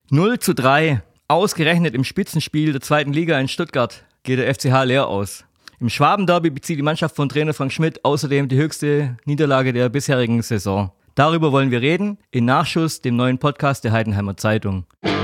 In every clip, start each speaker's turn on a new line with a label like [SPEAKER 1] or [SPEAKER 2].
[SPEAKER 1] 0:3, ausgerechnet im Spitzenspiel der 2. Liga in Stuttgart geht der FCH leer aus. Im Schwabenderby bezieht die Mannschaft von Trainer Frank Schmidt außerdem die höchste Niederlage der bisherigen Saison. Darüber wollen wir reden, in Nachschuss, dem neuen Podcast der Heidenheimer Zeitung.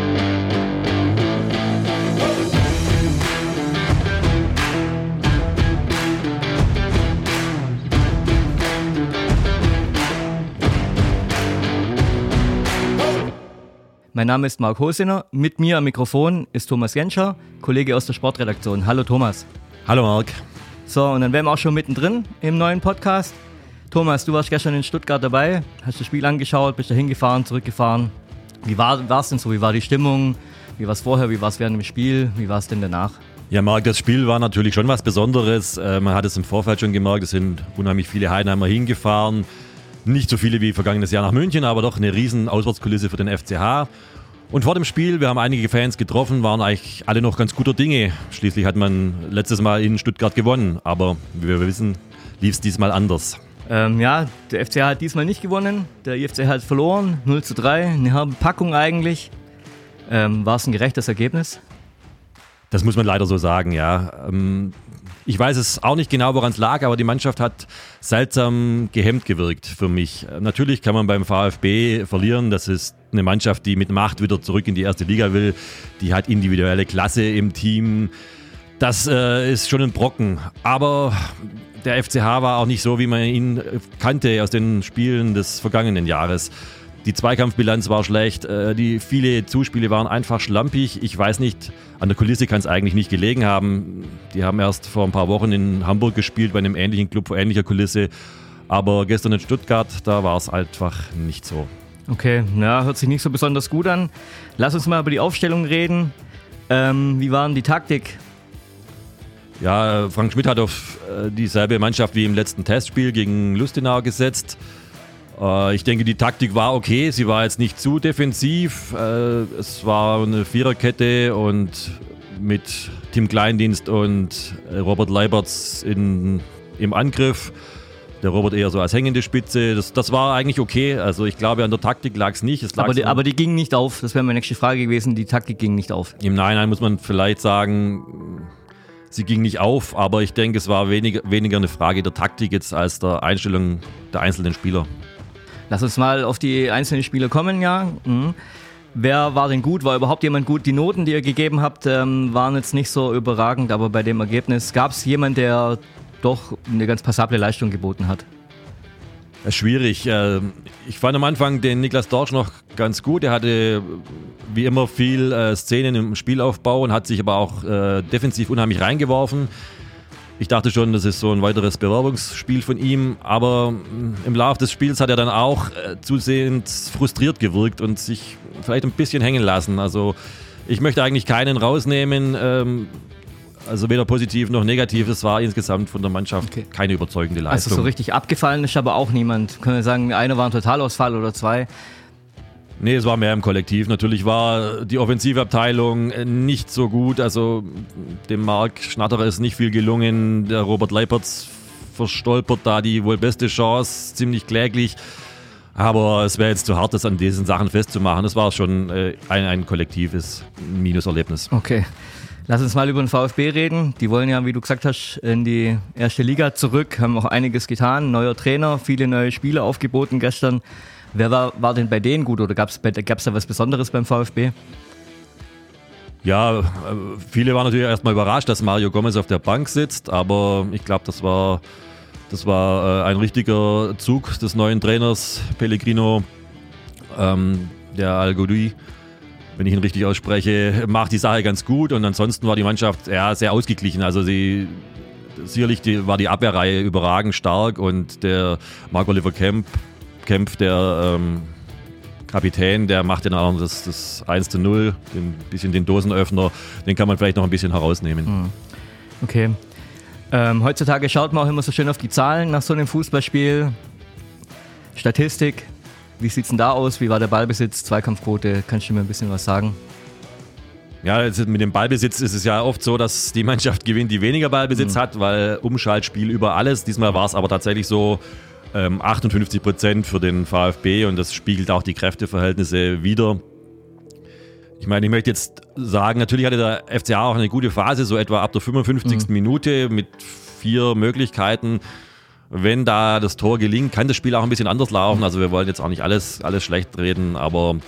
[SPEAKER 1] Mein Name ist Marc Hosener, mit mir am Mikrofon ist Thomas Genscher, Kollege aus der Sportredaktion. Hallo Thomas.
[SPEAKER 2] Hallo Marc.
[SPEAKER 1] So, und dann wären wir auch schon mittendrin im neuen Podcast. Thomas, du warst gestern in Stuttgart dabei, hast das Spiel angeschaut, bist da hingefahren, zurückgefahren. Wie war es denn so? Wie war die Stimmung? Wie war es vorher? Wie war es während dem Spiel? Wie war es denn danach?
[SPEAKER 2] Ja, Marc, das Spiel war natürlich schon was Besonderes. Man hat es im Vorfeld schon gemerkt, es sind unheimlich viele Heidenheimer hingefahren. Nicht so viele wie vergangenes Jahr nach München, aber doch eine riesen Auswärtskulisse für den FCH. Und vor dem Spiel, wir haben einige Fans getroffen, waren eigentlich alle noch ganz guter Dinge. Schließlich hat man letztes Mal in Stuttgart gewonnen, aber wie wir wissen, lief es diesmal anders.
[SPEAKER 1] Ja, der FCH hat diesmal nicht gewonnen, der IFC hat verloren, 0:3, eine herbe Packung eigentlich. War es ein gerechtes Ergebnis?
[SPEAKER 2] Das muss man leider so sagen, ja. Ich weiß es auch nicht genau, woran es lag, aber die Mannschaft hat seltsam gehemmt gewirkt für mich. Natürlich kann man beim VfB verlieren, das ist eine Mannschaft, die mit Macht wieder zurück in die erste Liga will, die hat individuelle Klasse im Team, das ist schon ein Brocken, aber der FCH war auch nicht so, wie man ihn kannte aus den Spielen des vergangenen Jahres. Die Zweikampfbilanz war schlecht, viele Zuspiele waren einfach schlampig. Ich weiß nicht, an der Kulisse kann es eigentlich nicht gelegen haben. Die haben erst vor ein paar Wochen in Hamburg gespielt, bei einem ähnlichen Club vor ähnlicher Kulisse. Aber gestern in Stuttgart, da war es einfach nicht so.
[SPEAKER 1] Okay, na, hört sich nicht so besonders gut an. Lass uns mal über die Aufstellung reden. Wie war denn die Taktik?
[SPEAKER 2] Ja, Frank Schmidt hat auf dieselbe Mannschaft wie im letzten Testspiel gegen Lustenau gesetzt. Ich denke, die Taktik war okay, sie war jetzt nicht zu defensiv. Es war eine Viererkette und mit Tim Kleindienst und Robert Leibertz im Angriff. Der Robert eher so als hängende Spitze. Das war eigentlich okay. Also ich glaube, an der Taktik lag es nicht.
[SPEAKER 1] Aber die ging nicht auf. Das wäre meine nächste Frage gewesen. Die Taktik ging nicht auf.
[SPEAKER 2] Im Nachhinein muss man vielleicht sagen, sie ging nicht auf. Aber ich denke, es war weniger eine Frage der Taktik jetzt als der Einstellung der einzelnen Spieler.
[SPEAKER 1] Lass uns mal auf die einzelnen Spieler kommen, ja. Wer war denn gut? War überhaupt jemand gut? Die Noten, die ihr gegeben habt, waren jetzt nicht so überragend, aber bei dem Ergebnis gab es jemanden, der doch eine ganz passable Leistung geboten hat.
[SPEAKER 2] Das ist schwierig. Ich fand am Anfang den Niklas Dorsch noch ganz gut. Er hatte wie immer viel Szenen im Spielaufbau und hat sich aber auch defensiv unheimlich reingeworfen. Ich dachte schon, das ist so ein weiteres Bewerbungsspiel von ihm, aber im Laufe des Spiels hat er dann auch zusehends frustriert gewirkt und sich vielleicht ein bisschen hängen lassen. Also ich möchte eigentlich keinen rausnehmen, also weder positiv noch negativ. Es war insgesamt von der Mannschaft keine überzeugende Leistung.
[SPEAKER 1] Also so richtig abgefallen ist aber auch niemand. Können wir sagen, einer war ein Totalausfall oder zwei?
[SPEAKER 2] Nee, es war mehr im Kollektiv. Natürlich war die Offensivabteilung nicht so gut. Also dem Marc Schnatterer ist nicht viel gelungen. Der Robert Leipertz verstolpert da die wohl beste Chance, ziemlich kläglich. Aber es wäre jetzt zu hart, das an diesen Sachen festzumachen. Das war schon ein kollektives Minuserlebnis.
[SPEAKER 1] Okay, lass uns mal über den VfB reden. Die wollen ja, wie du gesagt hast, in die erste Liga zurück. Haben auch einiges getan. Neuer Trainer, viele neue Spieler aufgeboten gestern. Wer war denn bei denen gut oder gab es da was Besonderes beim VfB?
[SPEAKER 2] Ja, viele waren natürlich erstmal überrascht, dass Mario Gomez auf der Bank sitzt, aber ich glaube, das war ein richtiger Zug des neuen Trainers Pellegrino. Der Al-Ghoudi, wenn ich ihn richtig ausspreche, macht die Sache ganz gut und ansonsten war die Mannschaft sehr ausgeglichen. Also sicherlich war die Abwehrreihe überragend stark und der Marc-Oliver Kempf, der Kapitän, der macht ja dann auch das 1:0, ein bisschen den Dosenöffner, den kann man vielleicht noch ein bisschen herausnehmen.
[SPEAKER 1] Okay. Heutzutage schaut man auch immer so schön auf die Zahlen nach so einem Fußballspiel. Statistik, wie sieht es denn da aus? Wie war der Ballbesitz, Zweikampfquote? Kannst du mir ein bisschen was sagen?
[SPEAKER 2] Ja, mit dem Ballbesitz ist es ja oft so, dass die Mannschaft gewinnt, die weniger Ballbesitz hat, weil Umschaltspiel über alles. Diesmal war es aber tatsächlich so 58% für den VfB und das spiegelt auch die Kräfteverhältnisse wider. Ich meine, ich möchte jetzt sagen, natürlich hatte der FCH auch eine gute Phase, so etwa ab der 55. Minute mit 4 Möglichkeiten. Wenn da das Tor gelingt, kann das Spiel auch ein bisschen anders laufen. Also wir wollen jetzt auch nicht alles schlecht reden, aber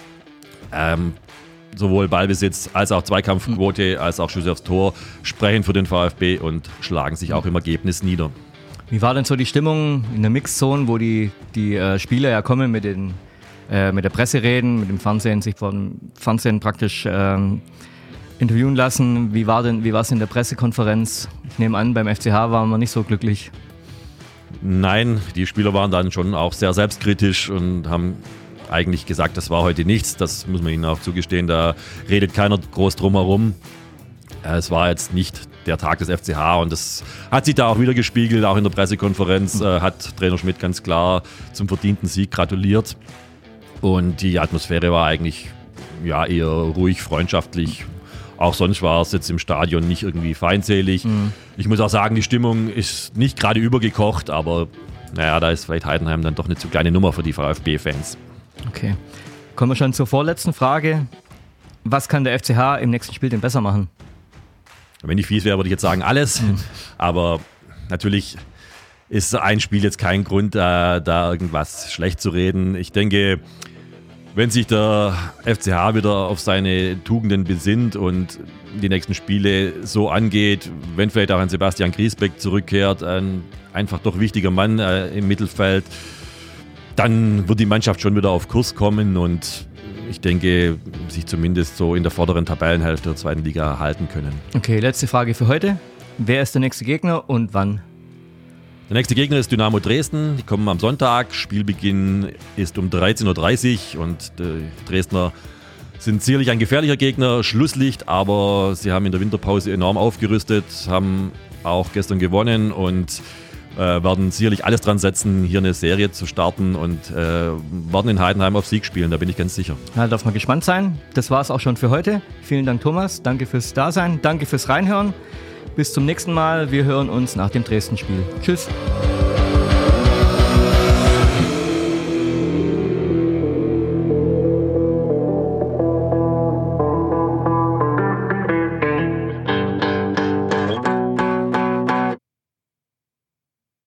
[SPEAKER 2] sowohl Ballbesitz als auch Zweikampfquote als auch Schüsse aufs Tor sprechen für den VfB und schlagen sich auch im Ergebnis nieder.
[SPEAKER 1] Wie war denn so die Stimmung in der Mixzone, wo die Spieler ja kommen mit der Presse reden, mit dem Fernsehen, sich vom Fernsehen praktisch interviewen lassen? Wie war es in der Pressekonferenz? Ich nehme an, beim FCH waren wir nicht so glücklich.
[SPEAKER 2] Nein, die Spieler waren dann schon auch sehr selbstkritisch und haben eigentlich gesagt, das war heute nichts. Das muss man ihnen auch zugestehen, da redet keiner groß drum herum. Es war jetzt nicht der Tag des FCH und das hat sich da auch wieder gespiegelt. Auch in der Pressekonferenz hat Trainer Schmidt ganz klar zum verdienten Sieg gratuliert. Und die Atmosphäre war eigentlich eher ruhig, freundschaftlich. Auch sonst war es jetzt im Stadion nicht irgendwie feindselig. Ich muss auch sagen, die Stimmung ist nicht gerade übergekocht, aber da ist vielleicht Heidenheim dann doch eine zu kleine Nummer für die VfB-Fans.
[SPEAKER 1] Okay. Kommen wir schon zur vorletzten Frage. Was kann der FCH im nächsten Spiel denn besser machen?
[SPEAKER 2] Wenn ich fies wäre, würde ich jetzt sagen alles. Aber natürlich ist ein Spiel jetzt kein Grund, da irgendwas schlecht zu reden. Ich denke, wenn sich der FCH wieder auf seine Tugenden besinnt und die nächsten Spiele so angeht, wenn vielleicht auch ein Sebastian Griesbeck zurückkehrt, ein einfach doch wichtiger Mann im Mittelfeld, dann wird die Mannschaft schon wieder auf Kurs kommen und ich denke, sich zumindest so in der vorderen Tabellenhälfte der zweiten Liga halten können. Okay, letzte Frage für heute. Wer ist der nächste Gegner und wann? Der nächste Gegner ist Dynamo Dresden. Die kommen am Sonntag. Spielbeginn ist um 13.30 Uhr und die Dresdner sind sicherlich ein gefährlicher Gegner, Schlusslicht, aber sie haben in der Winterpause enorm aufgerüstet, haben auch gestern gewonnen und werden sicherlich alles dran setzen, hier eine Serie zu starten und werden in Heidenheim auf Sieg spielen, da bin ich ganz sicher. Ja, darf man gespannt sein. Das war es auch schon für heute. Vielen Dank, Thomas. Danke fürs Dasein. Danke fürs Reinhören. Bis zum nächsten Mal. Wir hören uns nach dem Dresden-Spiel. Tschüss.